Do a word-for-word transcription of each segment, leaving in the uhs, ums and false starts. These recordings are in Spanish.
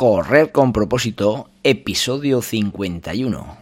Correr con propósito, episodio cincuenta y uno.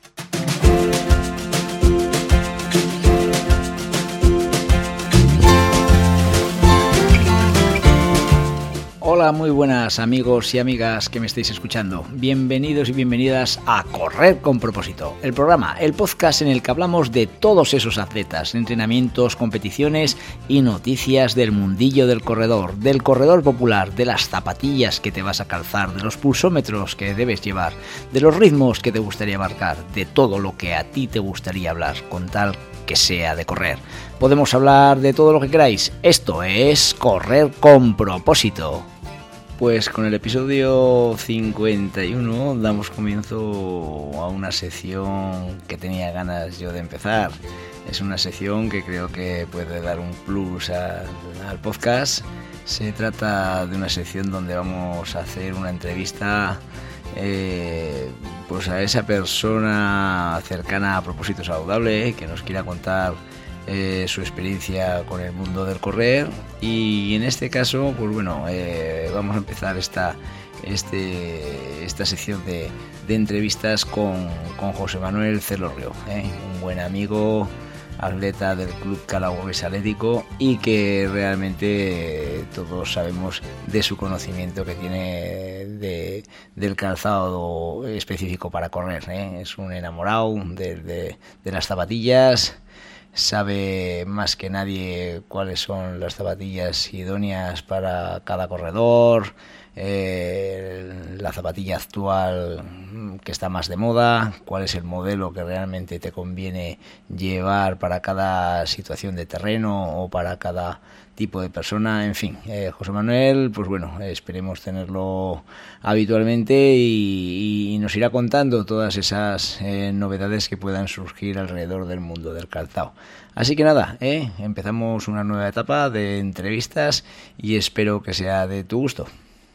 Hola, muy buenas amigos y amigas que me estáis escuchando. Bienvenidos y bienvenidas a Correr con propósito, el programa, el podcast en el que hablamos de todos esos atletas, entrenamientos, competiciones y noticias del mundillo del corredor, del corredor popular, de las zapatillas que te vas a calzar, de los pulsómetros que debes llevar, de los ritmos que te gustaría marcar, de todo lo que a ti te gustaría hablar, con tal que sea de correr. Podemos hablar de todo lo que queráis. Esto es Correr con propósito. Pues con el episodio cincuenta y uno damos comienzo a una sección que tenía ganas yo de empezar. Es una sección que creo que puede dar un plus al, al podcast. Se trata de una sección donde vamos a hacer una entrevista eh, pues a esa persona cercana a Propósito Saludable que nos quiera contar Eh, su experiencia con el mundo del correr, y en este caso pues bueno eh, vamos a empezar esta este esta sección de, de entrevistas con, con José Manuel Celorrio, eh, un buen amigo, atleta del Club Calahorra Atlético, y que realmente eh, todos sabemos de su conocimiento que tiene de, del calzado específico para correr, eh. Es un enamorado de, de, de las zapatillas. Sabe más que nadie cuáles son las zapatillas idóneas para cada corredor, eh, la zapatilla actual que está más de moda, cuál es el modelo que realmente te conviene llevar para cada situación de terreno o para cada tipo de persona. En fin, eh, José Manuel, pues bueno, esperemos tenerlo habitualmente y, y nos irá contando todas esas eh, novedades que puedan surgir alrededor del mundo del calzado. Así que nada, eh, empezamos una nueva etapa de entrevistas y espero que sea de tu gusto.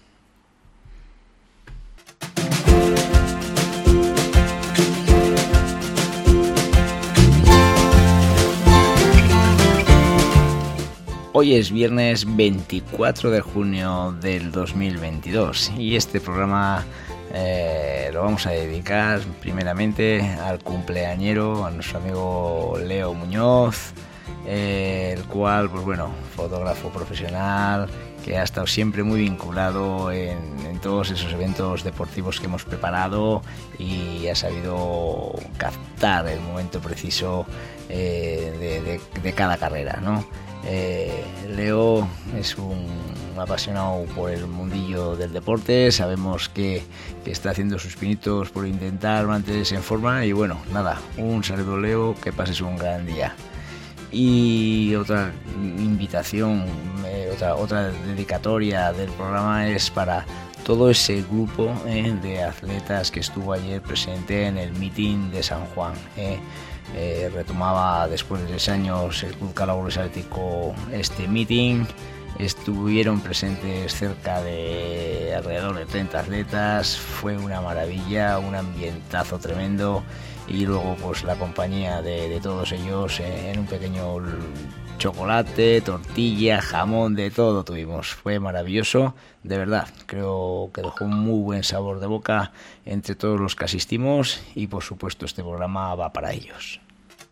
Hoy es viernes veinticuatro de junio del dos mil veintidós y este programa eh, lo vamos a dedicar primeramente al cumpleañero, a nuestro amigo Leo Muñoz, eh, el cual, pues bueno, fotógrafo profesional que ha estado siempre muy vinculado en, en todos esos eventos deportivos que hemos preparado y ha sabido captar el momento preciso eh, de, de, de cada carrera, ¿no? Eh, Leo es un apasionado por el mundillo del deporte, sabemos que, que está haciendo sus pinitos por intentar mantenerse en forma y bueno, nada, un saludo Leo, que pases un gran día. Y otra invitación, eh, otra, otra dedicatoria del programa es para todo ese grupo eh, de atletas que estuvo ayer presente en el meeting de San Juan. Eh. Eh, retomaba después de tres años el Club Calahorra Atlético este meeting. Estuvieron presentes cerca de alrededor de treinta atletas. Fue una maravilla, un ambientazo tremendo, y luego pues la compañía de, de todos ellos eh, en un pequeño chocolate, tortilla, jamón, de todo tuvimos. Fue maravilloso, de verdad. Creo que dejó un muy buen sabor de boca entre todos los que asistimos y por supuesto este programa va para ellos.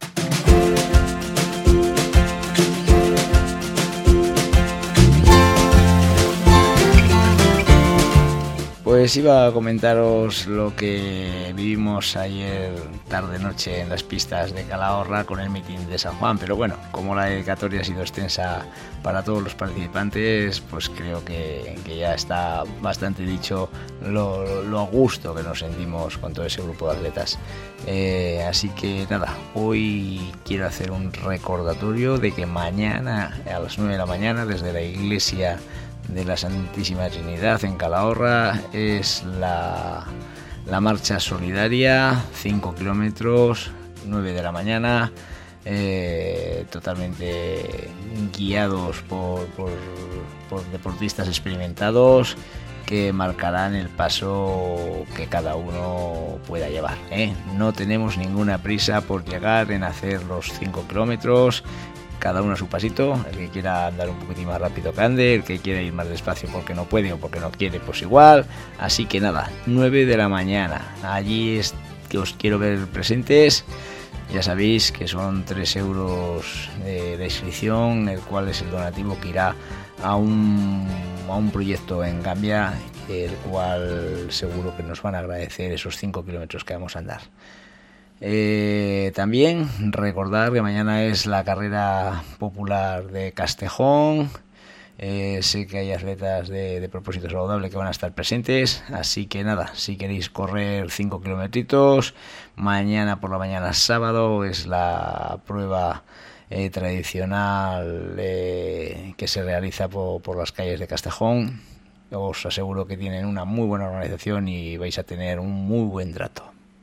Pues iba a comentaros lo que vivimos ayer tarde-noche en las pistas de Calahorra con el meeting de San Juan, pero bueno, como la dedicatoria ha sido extensa para todos los participantes, pues creo que, que ya está bastante dicho lo, lo a gusto que nos sentimos con todo ese grupo de atletas. Eh, así que nada, hoy quiero hacer un recordatorio de que mañana a las nueve de la mañana desde la iglesia de la Santísima Trinidad en Calahorra es la, la marcha solidaria, cinco kilómetros, nueve de la mañana, eh, totalmente guiados por, por, por deportistas experimentados que marcarán el paso que cada uno pueda llevar, ¿eh? No tenemos ninguna prisa por llegar en hacer los cinco kilómetros. cada uno a su pasito. El que quiera andar un poquitín más rápido que ande, el que quiera ir más despacio porque no puede o porque no quiere, pues igual. Así que nada, nueve de la mañana. Allí es que os quiero ver presentes. Ya sabéis que son tres euros de, de inscripción, el cual es el donativo que irá a un, a un proyecto en Gambia, el cual seguro que nos van a agradecer esos cinco kilómetros que vamos a andar. Eh, también recordar que mañana es la carrera popular de Castejón. Eh, sé que hay atletas de, de propósito saludable que van a estar presentes, así que nada, si queréis correr cinco kilometritos, mañana por la mañana sábado es la prueba eh, tradicional eh, que se realiza por, por las calles de Castejón. Os aseguro que tienen una muy buena organización y vais a tener un muy buen trato.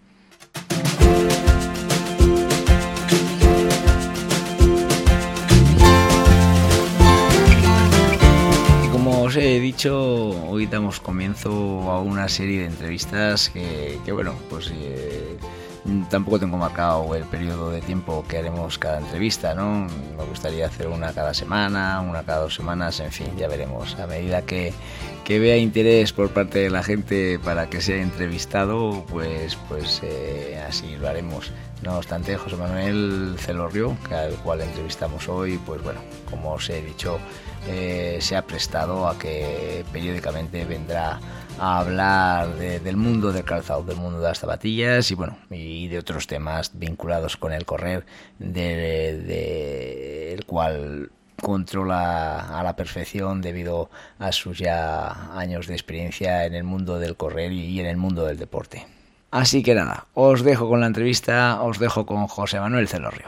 Os he dicho, hoy damos comienzo a una serie de entrevistas que, que bueno, pues eh, tampoco tengo marcado el periodo de tiempo que haremos cada entrevista, ¿no? Me gustaría hacer una cada semana, una cada dos semanas, en fin, ya veremos. A medida que, que vea interés por parte de la gente para que sea entrevistado, pues, pues eh, así lo haremos. No obstante, José Manuel Celorrio, que al cual entrevistamos hoy, pues bueno, como os he dicho, eh, se ha prestado a que periódicamente vendrá a hablar de, del mundo del calzado, del mundo de las zapatillas y bueno, y de otros temas vinculados con el correr, de, de el cual controla a la perfección debido a sus ya años de experiencia en el mundo del correr y en el mundo del deporte. Así que nada, os dejo con la entrevista, os dejo con José Manuel Celorrio.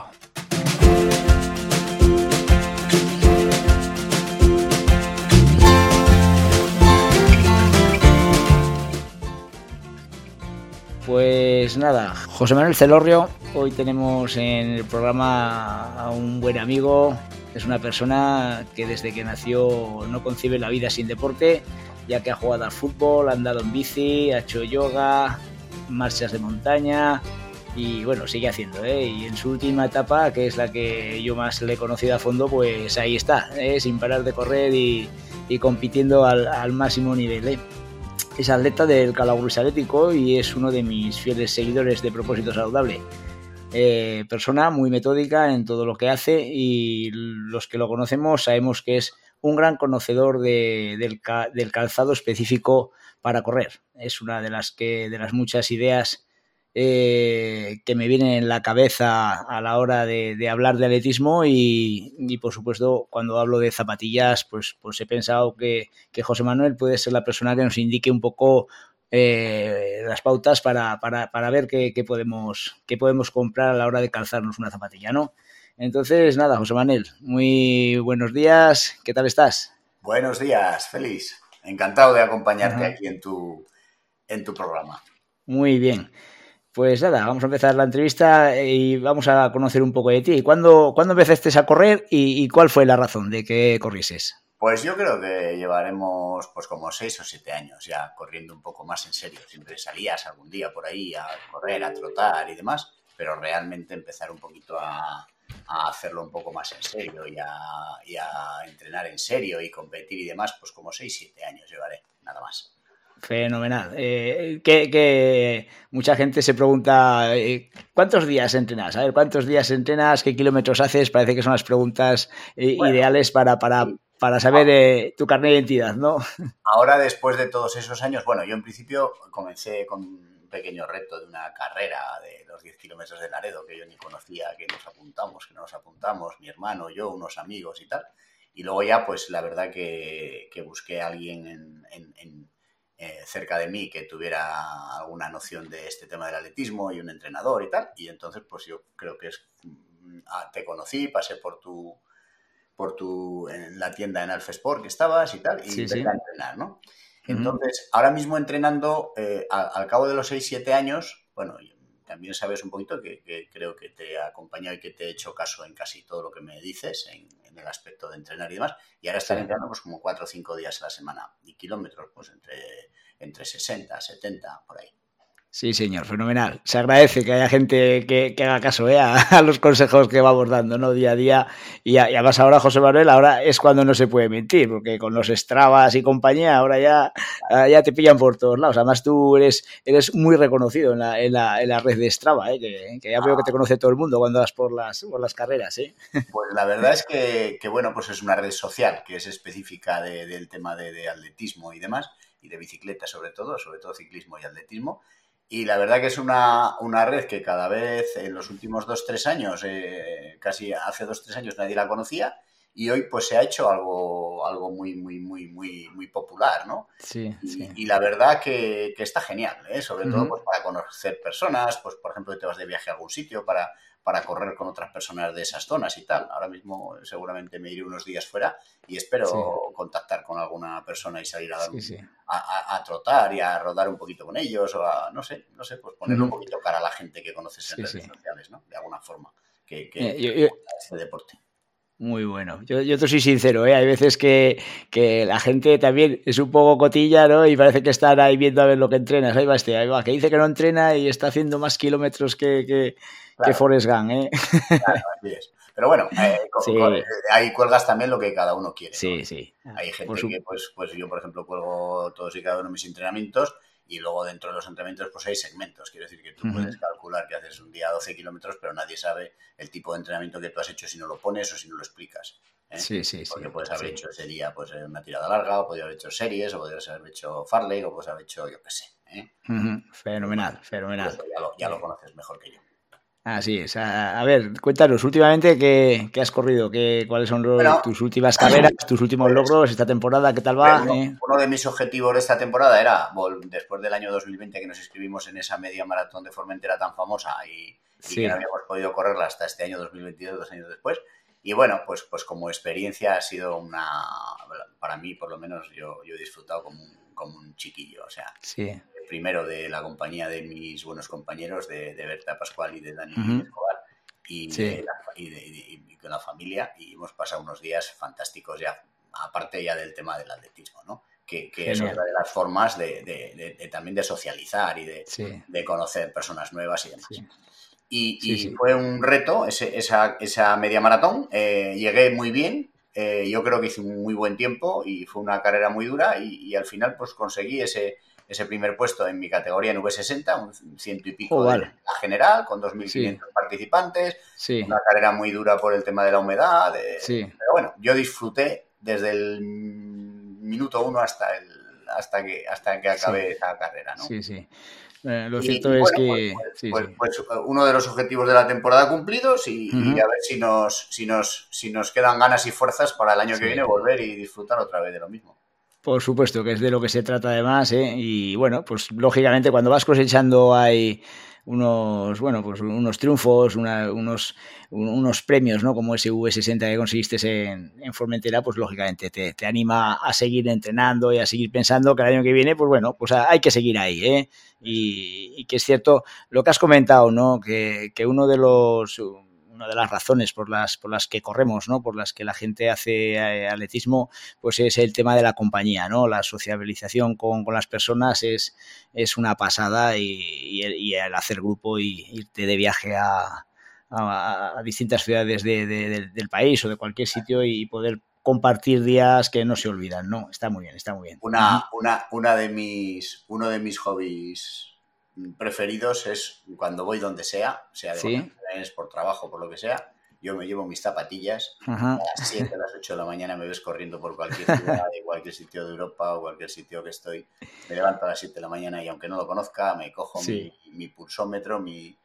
Pues nada, José Manuel Celorrio, hoy tenemos en el programa a un buen amigo, es una persona que desde que nació no concibe la vida sin deporte, ya que ha jugado al fútbol, ha andado en bici, ha hecho yoga, marchas de montaña y bueno, sigue haciendo, ¿eh? Y en su última etapa, que es la que yo más le he conocido a fondo, pues ahí está, ¿eh? Sin parar de correr y, y compitiendo al, al máximo nivel, ¿eh? Es atleta del Calabruis Atlético y es uno de mis fieles seguidores de Propósito Saludable. Eh, persona muy metódica en todo lo que hace y los que lo conocemos sabemos que es un gran conocedor de, del, del calzado específico para correr. Es una de las, que, de las muchas ideas eh, que me vienen en la cabeza a la hora de, de hablar de atletismo y, y por supuesto cuando hablo de zapatillas pues, pues he pensado que, que José Manuel puede ser la persona que nos indique un poco eh, las pautas para, para, para ver qué, qué, podemos, qué podemos comprar a la hora de calzarnos una zapatilla, ¿no? Entonces nada, José Manuel, muy buenos días, ¿qué tal estás? Buenos días, Félix, encantado de acompañarte uh-huh. aquí en tu, en tu programa. Muy bien. Pues nada, vamos a empezar la entrevista y vamos a conocer un poco de ti. ¿Cuándo, ¿cuándo empezaste a correr y, y cuál fue la razón de que corrieses? Pues yo creo que llevaremos pues como seis o siete años ya corriendo un poco más en serio. Siempre salías algún día por ahí a correr, a trotar y demás, pero realmente empezar un poquito a, a hacerlo un poco más en serio y a, y a entrenar en serio y competir y demás, pues como seis o siete años llevaré, nada más. Fenomenal. Eh, que, que mucha gente se pregunta eh, ¿cuántos días entrenas? A ver, ¿cuántos días entrenas? ¿Qué kilómetros haces? Parece que son las preguntas eh, bueno, ideales para, para, sí. para saber eh, tu carnet de identidad, ¿no? Ahora, después de todos esos años, bueno, yo en principio comencé con un pequeño reto de una carrera de los diez kilómetros de Laredo, que yo ni conocía, que nos apuntamos, que nos apuntamos, mi hermano, yo, unos amigos y tal. Y luego ya, pues la verdad que, que busqué a alguien en... en, en Eh, cerca de mí que tuviera alguna noción de este tema del atletismo y un entrenador y tal, y entonces pues yo creo que es ah, te conocí, pasé por tu por tu en la tienda en Alfa Sport que estabas y tal, y sí, empecé sí. a entrenar, ¿no? Entonces, uh-huh. ahora mismo entrenando, eh, al, al cabo de los seis siete años, bueno, también sabes un poquito que, que creo que te he acompañado y que te he hecho caso en casi todo lo que me dices en, en el aspecto de entrenar y demás, y ahora estar sí. entrenando pues como cuatro o cinco días a la semana y kilómetros pues entre, entre sesenta, setenta, por ahí. Sí, señor, fenomenal. Se agradece que haya gente que, que haga caso ¿eh? a, a los consejos que vamos dando, ¿no? Día a día. Y, a, y además ahora, José Manuel, ahora es cuando no se puede mentir, porque con los Strabas y compañía, ahora ya, ya te pillan por todos lados. Además tú eres, eres muy reconocido en la, en la, en la red de Strava, ¿eh? que, que ya veo que te conoce todo el mundo cuando vas por las, por las carreras, ¿eh? Pues la verdad es que, que, bueno, pues es una red social que es específica de, del tema de, de atletismo y demás, y de bicicleta sobre todo, sobre todo ciclismo y atletismo. Y la verdad que es una, una red que cada vez en los últimos dos, tres años, eh, casi hace dos, tres años nadie la conocía y hoy pues se ha hecho algo, algo muy, muy, muy, muy, muy popular, ¿no? Sí, y, sí. y la verdad que, que está genial, ¿eh? Sobre Uh-huh. todo pues para conocer personas, pues por ejemplo te vas de viaje a algún sitio para, para correr con otras personas de esas zonas y tal. Ahora mismo seguramente me iré unos días fuera y espero sí. contactar con alguna persona y salir a dar sí, un, sí. A, a, a trotar y a rodar un poquito con ellos o a, no sé, no sé, pues ponerle un poquito cara a la gente que conoces en sí, redes sí. sociales, ¿no? De alguna forma, que, que, eh, yo, que yo, este deporte. Muy bueno. Yo, yo te soy sincero, ¿eh? Hay veces que, que la gente también es un poco cotilla, ¿no? Y parece que están ahí viendo a ver lo que entrenas. Ahí va este, ahí va, que dice que no entrena y está haciendo más kilómetros que, que, claro. que Forrest Gump, ¿eh? Claro, así es. Pero bueno, eh, sí. con, con, ahí cuelgas también lo que cada uno quiere, ¿no? Sí, sí. Hay gente su... que, pues, pues yo, por ejemplo, cuelgo todos y cada uno de mis entrenamientos y luego dentro de los entrenamientos pues hay segmentos. Quiere decir que tú uh-huh. puedes calcular que haces un día doce kilómetros, pero nadie sabe el tipo de entrenamiento que tú has hecho si no lo pones o si no lo explicas. ¿eh? Sí, sí, Porque sí, puedes haber sí. hecho ese día pues, una tirada larga, o podrías haber hecho series, o podrías haber hecho farlek, o podrías haber hecho, yo qué sé. ¿eh? Uh-huh. Fenomenal, bueno, fenomenal. Pues ya, lo, ya lo conoces mejor que yo. Así es. A, a ver, cuéntanos, últimamente, ¿qué, qué has corrido? ¿Qué, ¿Cuáles son los, bueno, tus últimas carreras, tus últimos pues, logros esta temporada? ¿Qué tal va? Uno, ¿Eh? uno de mis objetivos de esta temporada era, después del año dos mil veinte que nos inscribimos en esa media maratón de Formentera tan famosa y, y sí. que no habíamos podido correrla hasta este año dos mil veintidós, dos años después. Y bueno, pues, pues como experiencia ha sido una, para mí por lo menos yo, yo he disfrutado como un, como un chiquillo, o sea, sí. primero de la compañía de mis buenos compañeros, de, de Berta Pascual y de Dani uh-huh. Escobar, y, sí. de la, y, de, y, y con la familia, y hemos pasado unos días fantásticos ya, aparte ya del tema del atletismo, ¿no? Que, que es otra de las formas de, de, de, de también de socializar y de, sí. de conocer personas nuevas y demás. Sí. Y, sí, y sí. fue un reto ese, esa, esa media maratón, eh, llegué muy bien, eh, yo creo que hice un muy buen tiempo y fue una carrera muy dura y, y al final pues conseguí ese, ese primer puesto en mi categoría en V sesenta, un ciento y pico oh, de vale. la general, con dos mil quinientos sí. participantes, sí. una carrera muy dura por el tema de la humedad, de, sí. pero bueno, yo disfruté desde el minuto uno hasta, el, hasta, que, hasta que acabé sí. esa carrera, ¿no? Sí, sí. Eh, lo y, cierto y es bueno, que... Pues, pues, sí, pues, sí. pues uno de los objetivos de la temporada cumplidos y, uh-huh. y a ver si nos, si, nos, si nos quedan ganas y fuerzas para el año sí. que viene volver y disfrutar otra vez de lo mismo. Por supuesto, que es de lo que se trata además, ¿eh? Y bueno, pues lógicamente cuando vas cosechando hay unos, bueno, pues unos triunfos, una, unos, unos premios, ¿no? Como ese V sesenta que conseguiste en, en Formentera, pues lógicamente te, te anima a seguir entrenando y a seguir pensando que el año que viene, pues bueno, pues hay que seguir ahí, ¿eh? Y, y que es cierto lo que has comentado, ¿no? Que, que uno de los... una de las razones por las por las que corremos, ¿no? Por las que la gente hace eh, atletismo, pues es el tema de la compañía, ¿no? La sociabilización con, con las personas es, es una pasada y, y, el, y el hacer grupo y irte de viaje a, a, a distintas ciudades de, de, de, del país o de cualquier sitio y poder compartir días que no se olvidan, ¿no? Está muy bien, está muy bien. Una, una, una de mis, uno de mis hobbies preferidos es cuando voy donde sea, sea de ¿sí? vacaciones, por trabajo, por lo que sea, yo me llevo mis zapatillas, ajá. a las siete, a las ocho de la mañana me ves corriendo por cualquier ciudad, de cualquier sitio de Europa o cualquier sitio que estoy, me levanto a las siete de la mañana y aunque no lo conozca, me cojo sí. mi, mi pulsómetro, mi...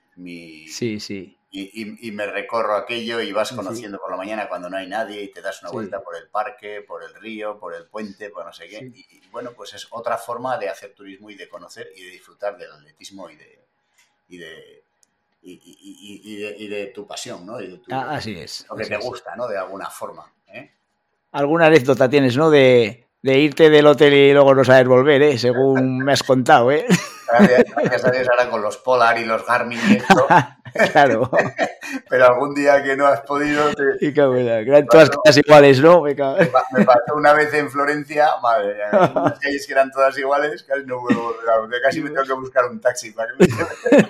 mi sí, sí. Y, y, y me recorro aquello y vas conociendo sí. por la mañana cuando no hay nadie y te das una sí. vuelta por el parque, por el río, por el puente, por no sé qué. Sí. Y, y bueno, pues es otra forma de hacer turismo y de conocer y de disfrutar del atletismo y de y de, y, y, y, y de, y de tu pasión, ¿no? Y de tu, ah, así es. Lo que así te es. gusta, ¿no? De alguna forma. ¿eh? ¿Alguna anécdota tienes, no? De, de irte del hotel y luego no saber volver, ¿eh? Según me has contado, ¿eh? Gracias, gracias a Dios ahora con los Polar y los Garmin y esto, Claro. Pero algún día que no has podido... Te... Y qué buena. Eran todas calles iguales, ¿no? Me, me pasó una vez en Florencia, madre mía, en unas calles que eran todas iguales, casi no puedo volver a... Casi me tengo que buscar un taxi para que me...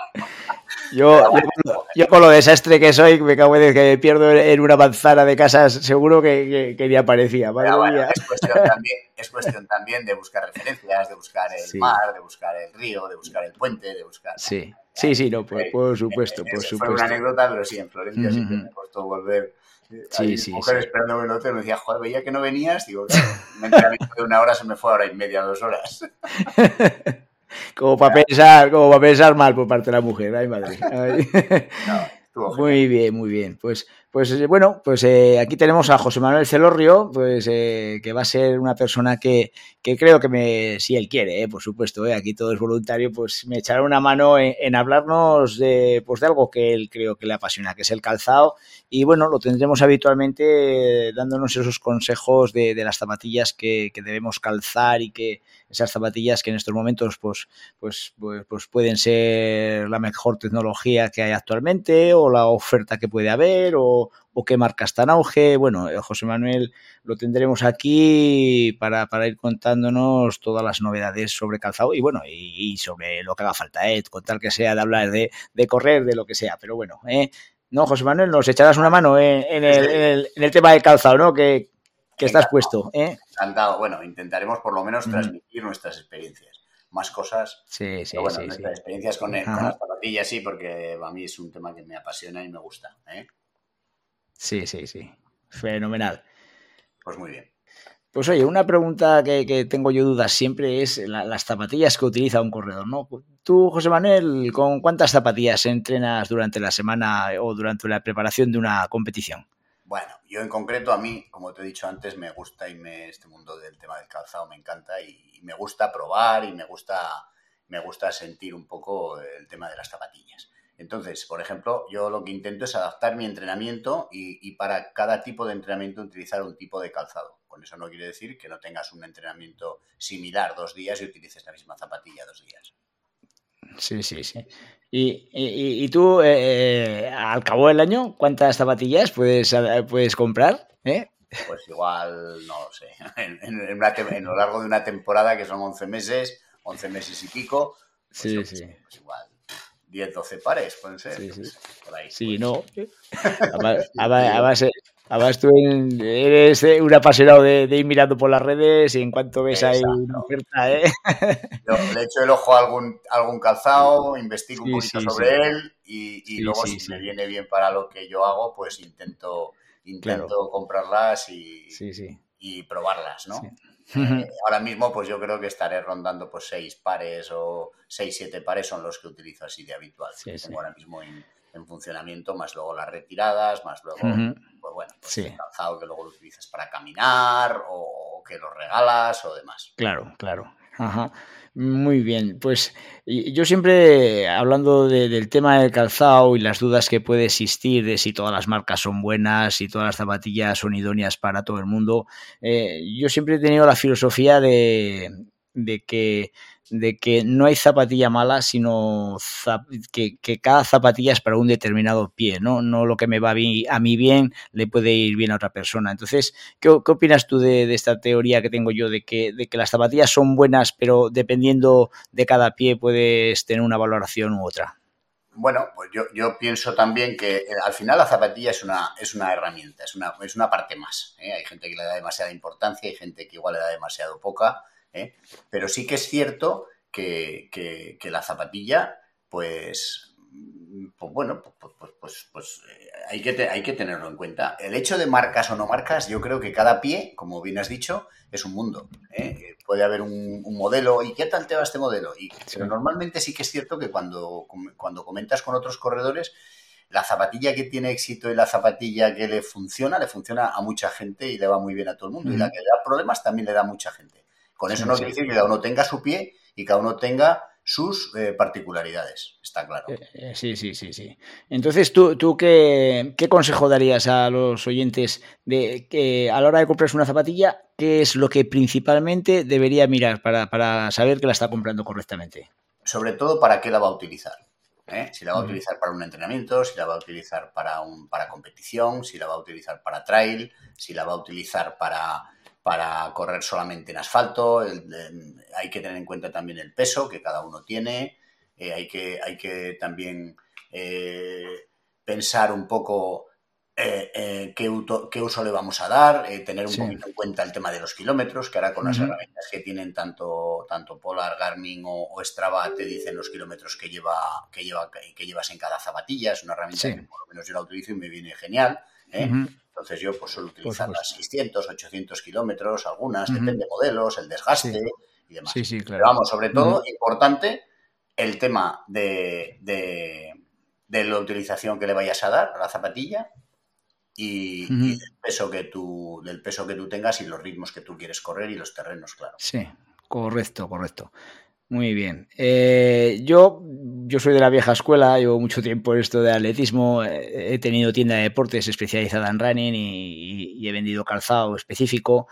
Yo, yo, yo con lo desastre que soy, me cago en que me pierdo en una manzana de casas, seguro que, que, que ni aparecía. Madre bueno, mía. Es, cuestión también, es cuestión también de buscar referencias, de buscar el sí. mar, de buscar el río, de buscar el puente, de buscar... Sí, sí, sí, no, por, por supuesto, por supuesto. Fue una anécdota, pero sí, en Florencia uh-huh. sí que me costó volver. Sí, sí, mujer sí. esperando en el hotel me decía, joder, veía que no venías. Digo, claro, un entrenamiento de una hora se me fue a hora y media, dos horas. Como para pensar, como para pensar mal por parte de la mujer, ay madre. Ay. No, muy bien, muy bien. Pues, pues bueno, pues eh, aquí tenemos a José Manuel Celorrio, pues eh, que va a ser una persona que, que creo que me, si él quiere, eh, por supuesto, eh, aquí todo es voluntario, pues me echará una mano en, en hablarnos de, pues de algo que él creo que le apasiona, que es el calzado. Y bueno, lo tendremos habitualmente eh, dándonos esos consejos de, de las zapatillas que, que debemos calzar y que esas zapatillas que en estos momentos pues, pues, pues, pues pueden ser la mejor tecnología que hay actualmente o la oferta que puede haber o, o qué marca está en auge. Bueno, José Manuel lo tendremos aquí para, para ir contándonos todas las novedades sobre calzado y bueno, y, y sobre lo que haga falta, ¿eh? Con tal que sea de hablar de, de correr, de lo que sea, pero bueno, ¿eh? No, José Manuel, nos echarás una mano en, en, el, en, el, en el tema del calzado, ¿no? Que, que estás puesto, ¿eh? Encantado. Bueno, intentaremos por lo menos transmitir mm. nuestras experiencias. Más cosas. Sí, sí, pero bueno, sí, nuestras sí. experiencias con, el, con las zapatillas sí, porque a mí es un tema que me apasiona y me gusta, ¿eh? Sí, sí, sí. Fenomenal. Pues muy bien. Pues oye, una pregunta que, que tengo yo dudas siempre es la, las zapatillas que utiliza un corredor, ¿no? Tú, José Manuel, ¿con cuántas zapatillas entrenas durante la semana o durante la preparación de una competición? Bueno, yo en concreto a mí, como te he dicho antes, me gusta y me, este mundo del tema del calzado me encanta y, y me gusta probar y me gusta, me gusta sentir un poco el tema de las zapatillas. Entonces, por ejemplo, yo lo que intento es adaptar mi entrenamiento y, y para cada tipo de entrenamiento utilizar un tipo de calzado. Con eso no quiere decir que no tengas un entrenamiento similar dos días y utilices la misma zapatilla dos días. Sí, sí, sí. ¿Y, y, y tú, eh, al cabo del año, cuántas zapatillas puedes, puedes comprar? ¿Eh? Pues igual, no lo sé, en, en, una, en lo largo de una temporada que son once meses, once meses y pico, pues, sí, yo, sí. pues igual diez, doce pares pueden ser. Sí, sí. Por ahí, sí pues. no. Además, además, además tú eres un apasionado de, de ir mirando por las redes y en cuanto ves ahí una oferta, ¿eh? Yo le echo el ojo a algún, algún calzado, investigo sí, un poquito sí, sobre sí. él y, y sí, luego sí, si sí. me viene bien para lo que yo hago, pues intento, intento claro. comprarlas y, sí, sí. y probarlas, ¿no? Sí. Eh, ahora mismo pues yo creo que estaré rondando pues seis pares o seis, siete pares son los que utilizo así de habitual. Sí, que sí. tengo ahora mismo en, en funcionamiento, más luego las retiradas, más luego, uh-huh. pues bueno, pues sí. el calzado que luego lo utilizas para caminar o, o que lo regalas o demás. Claro, claro. Ajá. Muy bien, pues yo siempre hablando de, del tema del calzado y las dudas que puede existir de si todas las marcas son buenas, si todas las zapatillas son idóneas para todo el mundo, eh, yo siempre he tenido la filosofía de, de que de que no hay zapatilla mala, sino zap- que, que cada zapatilla es para un determinado pie, ¿no? No lo que me va a mí, a mí bien le puede ir bien a otra persona. Entonces, ¿qué, qué opinas tú de, de esta teoría que tengo yo de que, de que las zapatillas son buenas, pero dependiendo de cada pie puedes tener una valoración u otra? Bueno, pues yo, yo pienso también que eh, al final la zapatilla es una, es una herramienta, es una, es una parte más, ¿eh? Hay gente que le da demasiada importancia, hay gente que igual le da demasiado poca, ¿eh? Pero sí que es cierto que, que, que la zapatilla, pues, pues bueno, pues, pues, pues, pues eh, hay, que te, hay que tenerlo en cuenta. El hecho de marcas o no marcas, yo creo que cada pie, como bien has dicho, es un mundo, ¿eh? Puede haber un, un modelo, ¿y qué tal te va este modelo? Y, sí. Pero normalmente sí que es cierto que cuando, cuando comentas con otros corredores, la zapatilla que tiene éxito y la zapatilla que le funciona, le funciona a mucha gente y le va muy bien a todo el mundo. Mm. Y la que le da problemas también le da a mucha gente. Con eso sí, no sí. quiere decir que cada uno tenga su pie y cada uno tenga sus eh, particularidades, está claro. Eh, sí, sí, sí, sí. Entonces, ¿tú, tú qué, qué consejo darías a los oyentes de que a la hora de comprarse una zapatilla, qué es lo que principalmente debería mirar para, para saber que la está comprando correctamente? Sobre todo, ¿para qué la va a utilizar? ¿eh? Si la va a utilizar para un entrenamiento, si la va a utilizar para, un, para competición, si la va a utilizar para trail, si la va a utilizar para, para correr solamente en asfalto. El, el, hay que tener en cuenta también el peso que cada uno tiene. Eh, hay, que, hay que también eh, pensar un poco eh, eh, qué, uto, qué uso le vamos a dar, eh, tener un sí. poquito en cuenta el tema de los kilómetros, que ahora con uh-huh. las herramientas que tienen tanto, tanto Polar, Garmin o, o Strava te dicen los kilómetros que, lleva, que, lleva, que llevas en cada zapatilla. Es una herramienta sí. que por lo menos yo la utilizo y me viene genial, ¿eh? Uh-huh. Entonces yo pues suelo utilizar las seiscientos, ochocientos kilómetros, algunas, uh-huh. depende de modelos, el desgaste sí. y demás. Sí, sí, claro. Pero vamos, sobre todo, uh-huh. importante el tema de, de, de la utilización que le vayas a dar a la zapatilla y, uh-huh. y del, peso que tú, del peso que tú tengas y los ritmos que tú quieres correr y los terrenos, claro. Sí, correcto, correcto. Muy bien. Eh, yo, yo soy de la vieja escuela, llevo mucho tiempo en esto de atletismo, he tenido tienda de deportes especializada en running y, y he vendido calzado específico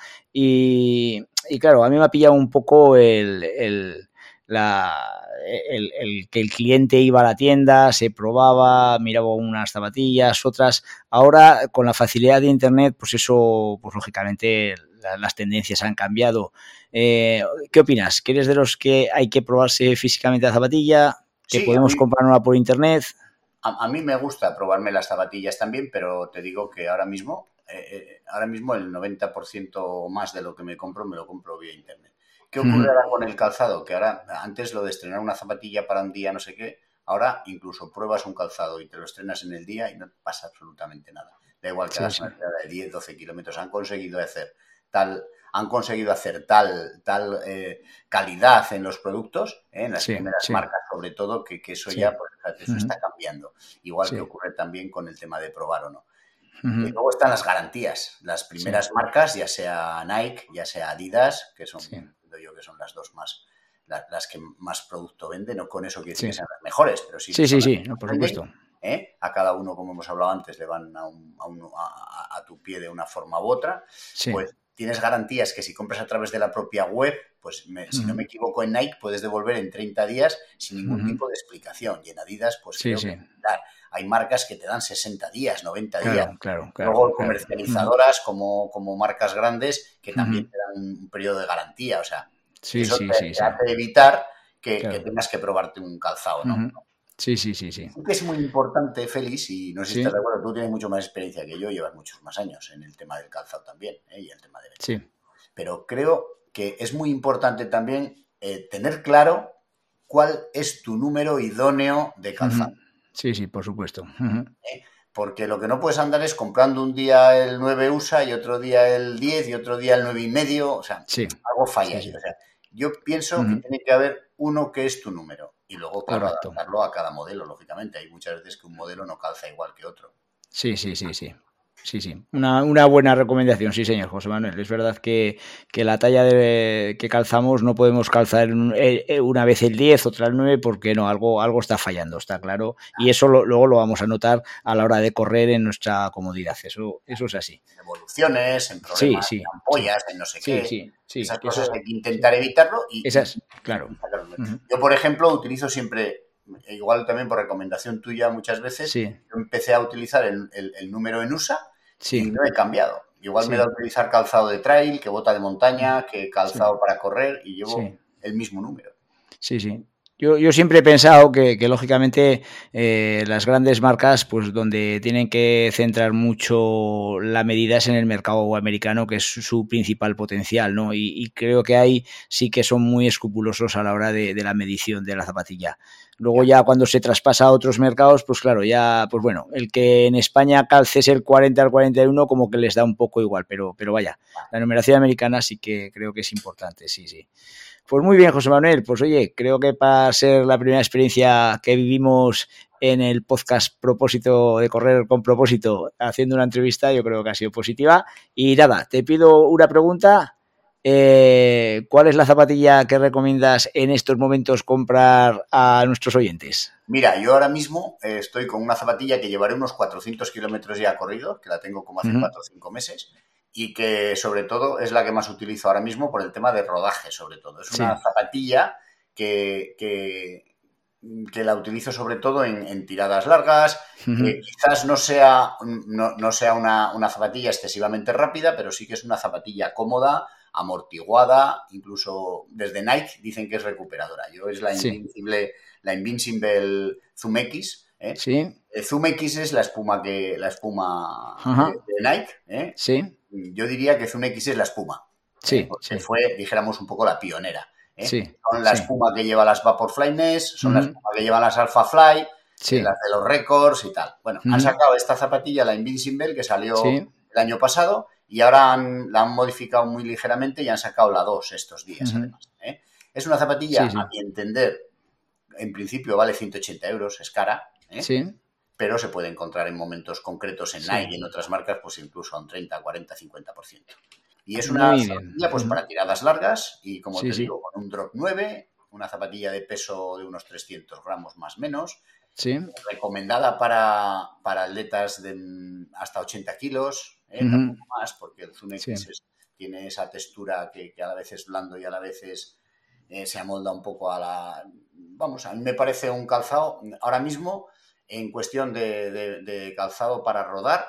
y, y claro, a mí me ha pillado un poco el, el, la, el, el que el cliente iba a la tienda, se probaba, miraba unas zapatillas, otras. Ahora, con la facilidad de internet, pues eso, pues lógicamente las tendencias han cambiado. Eh, ¿Qué opinas? ¿Que eres de los que hay que probarse físicamente la zapatilla? ¿Que sí, podemos mí, comprar una por internet? A, a mí me gusta probarme las zapatillas también, pero te digo que ahora mismo, eh, ahora mismo el noventa por ciento más de lo que me compro, me lo compro vía internet. ¿Qué ocurre mm. ahora con el calzado? Que ahora, antes lo de estrenar una zapatilla para un día, no sé qué, ahora incluso pruebas un calzado y te lo estrenas en el día y no pasa absolutamente nada. Da igual que sí, hagas sí. una tirada de diez, doce kilómetros. Han conseguido hacer tal... han conseguido hacer tal, tal eh, calidad en los productos, ¿eh? En las sí, primeras sí. marcas sobre todo, que, que eso sí. ya pues, eso uh-huh. está cambiando. Igual sí. que ocurre también con el tema de probar o no. Uh-huh. Y luego están las garantías. Las primeras sí. marcas, ya sea Nike, ya sea Adidas, que son, sí. yo que son las dos más, las, las que más producto venden, no con eso quiere decir sí. que sean las mejores, pero sí. Sí, sí, sí, no, por supuesto. ¿Eh? A cada uno, como hemos hablado antes, le van a, un, a, un, a, a tu pie de una forma u otra. Sí. Pues tienes garantías que si compras a través de la propia web, pues me, uh-huh. si no me equivoco en Nike puedes devolver en treinta días sin ningún uh-huh. tipo de explicación. Y en Adidas, pues sí, creo sí. que dar. Hay marcas que te dan sesenta días, noventa claro, días. Claro, claro, Luego claro. comercializadoras uh-huh. como, como marcas grandes que también uh-huh. te dan un periodo de garantía. O sea, sí, eso sí, te, sí, te sí. hace evitar que, claro. que tengas que probarte un calzado, ¿no? Uh-huh. Sí, sí, sí, sí. Que es muy importante, Félix, y no sé si sí. estás de acuerdo, tú tienes mucho más experiencia que yo, llevas muchos más años en el tema del calzado también, ¿eh? Y el tema de... Sí. Pero creo que es muy importante también eh, tener claro cuál es tu número idóneo de calzado. Uh-huh. Sí, sí, por supuesto. Uh-huh. ¿Eh? Porque lo que no puedes andar es comprando un día el nueve U S A y otro día el diez y otro día el nueve y medio, o sea, sí. algo falla sí, ahí. sí. O sea, yo pienso uh-huh. que tiene que haber uno que es tu número y luego, claro, Correcto. adaptarlo a cada modelo, lógicamente. Hay muchas veces que un modelo no calza igual que otro. Sí, sí, sí, sí. Sí, sí, una, una buena recomendación, sí señor, José Manuel. Es verdad que, que la talla de, que calzamos no podemos calzar una vez el diez, otra el nueve, porque no, algo, algo está fallando, está claro. Y eso lo, luego lo vamos a notar a la hora de correr en nuestra comodidad, eso, eso es así. En evoluciones, en problemas, sí, sí, en ampollas, sí, en no sé sí, qué. Sí, sí, Esas sí, cosas eso, hay que intentar sí. evitarlo. Y, Esas, claro. Y, uh-huh. Yo, por ejemplo, utilizo siempre, igual también por recomendación tuya muchas veces, sí. yo empecé a utilizar el, el, el número en U S A. Sí. Y no he cambiado. Igual sí. me he dado a utilizar calzado de trail, que bota de montaña, que calzado sí. para correr y llevo sí. el mismo número. Sí, sí. Yo, yo siempre he pensado que, que lógicamente, eh, las grandes marcas, pues donde tienen que centrar mucho la medida es en el mercado americano, que es su principal potencial, ¿no? Y, y creo que ahí sí que son muy escrupulosos a la hora de, de la medición de la zapatilla. Luego ya cuando se traspasa a otros mercados, pues claro, ya, pues bueno, el que en España calces el cuarenta al cuarenta y uno como que les da un poco igual, pero, pero vaya, la numeración americana sí que creo que es importante, sí, sí. Pues muy bien, José Manuel, pues oye, creo que para ser la primera experiencia que vivimos en el podcast Propósito de Correr con Propósito, haciendo una entrevista, yo creo que ha sido positiva. Y nada, te pido una pregunta. Eh, ¿Cuál es la zapatilla que recomiendas en estos momentos comprar a nuestros oyentes? Mira, yo ahora mismo eh, estoy con una zapatilla que llevaré unos cuatrocientos kilómetros ya corrido, que la tengo como hace cuatro o cinco meses, y que sobre todo es la que más utilizo ahora mismo por el tema de rodaje, sobre todo. Es una sí. zapatilla que, que que la utilizo sobre todo en, en tiradas largas. Uh-huh. Eh, quizás no sea, no, no sea una, una zapatilla excesivamente rápida, pero sí que es una zapatilla cómoda, amortiguada, incluso desde Nike dicen que es recuperadora. Yo es la Invincible, sí. la Invincible Zoom X. ¿eh? Sí. El Zoom X es la espuma que la espuma uh-huh. de, de Nike. ¿eh? Sí. Yo diría que Zoom X es la espuma. Sí. ¿eh? Porque sí. fue, dijéramos, un poco la pionera. ¿eh? Sí, son la sí. espuma que lleva las Vaporfly Ness, son uh-huh. la espuma que llevan las Alphafly, sí. eh, las de los Records y tal. Bueno, uh-huh. han sacado esta zapatilla, la Invincible, que salió sí. el año pasado, y ahora han, la han modificado muy ligeramente y han sacado la dos estos días, uh-huh. además. ¿eh? Es una zapatilla, sí, sí. a mi entender, en principio vale ciento ochenta euros, es cara, ¿eh? sí. pero se puede encontrar en momentos concretos en Nike sí. y en otras marcas, pues incluso a un treinta, cuarenta, cincuenta por ciento. Y es una Muy zapatilla pues, uh-huh. para tiradas largas y, como sí, te sí. digo, con un drop nueve, una zapatilla de peso de unos trescientos gramos más o menos, sí. recomendada para, para atletas de hasta ochenta kilos, ¿eh? uh-huh. tampoco más, porque el Zoom X sí. es, tiene esa textura que, que a la vez es blando y a la vez es, eh, se amolda un poco a la... Vamos, a mí me parece un calzado, ahora mismo, en cuestión de, de, de calzado para rodar,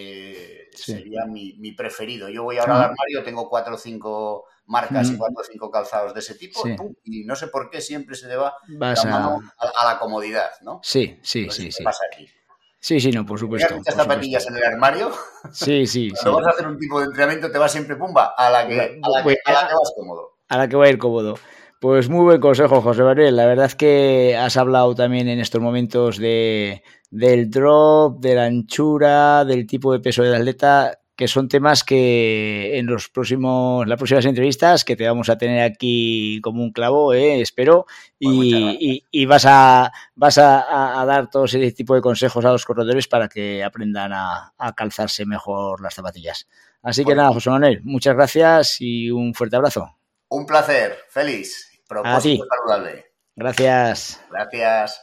Eh, sí. sería mi, mi preferido. Yo voy ahora uh-huh. al armario, tengo cuatro o cinco marcas uh-huh. y cuatro o cinco calzados de ese tipo sí. y, pum, y no sé por qué siempre se le va Vas la mano a... A, a la comodidad, ¿no? Sí, sí, no sé sí. ¿Qué sí. pasa aquí? Sí, sí, no, por supuesto. Muchas zapatillas en el armario. Sí, sí, Cuando sí. vas a hacer un tipo de entrenamiento te vas siempre pumba a la que, a la que, a la que vas cómodo. A la que va a ir cómodo. Pues muy buen consejo, José Manuel. La verdad es que has hablado también en estos momentos de, del drop, de la anchura, del tipo de peso del atleta, que son temas que en los próximos, las próximas entrevistas que te vamos a tener aquí como un clavo, ¿eh? espero, pues y, y, y vas a vas a, a dar todo ese tipo de consejos a los corredores para que aprendan a, a calzarse mejor las zapatillas. Así pues que nada, José Manuel, muchas gracias y un fuerte abrazo. Un placer, feliz. Propósito saludable. Gracias. Gracias.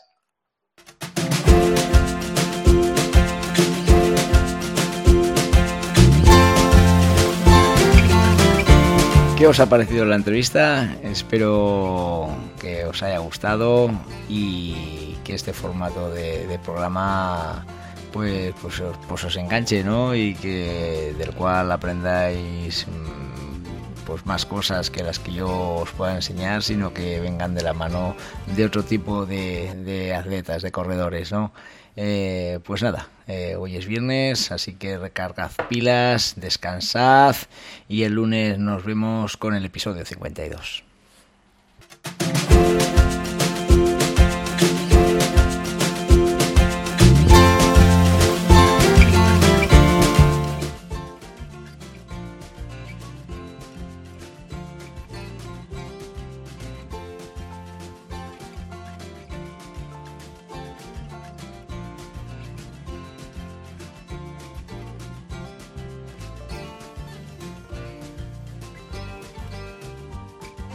¿Qué os ha parecido la entrevista? Espero que os haya gustado y que este formato de, de programa pues, pues, pues os enganche, ¿no? Y que del cual aprendáis pues más cosas que las que yo os pueda enseñar, sino que vengan de la mano de otro tipo de, de atletas, de corredores, ¿no? Eh, pues nada, eh, hoy es viernes, así que recargad pilas, descansad y el lunes nos vemos con el episodio cincuenta y dos.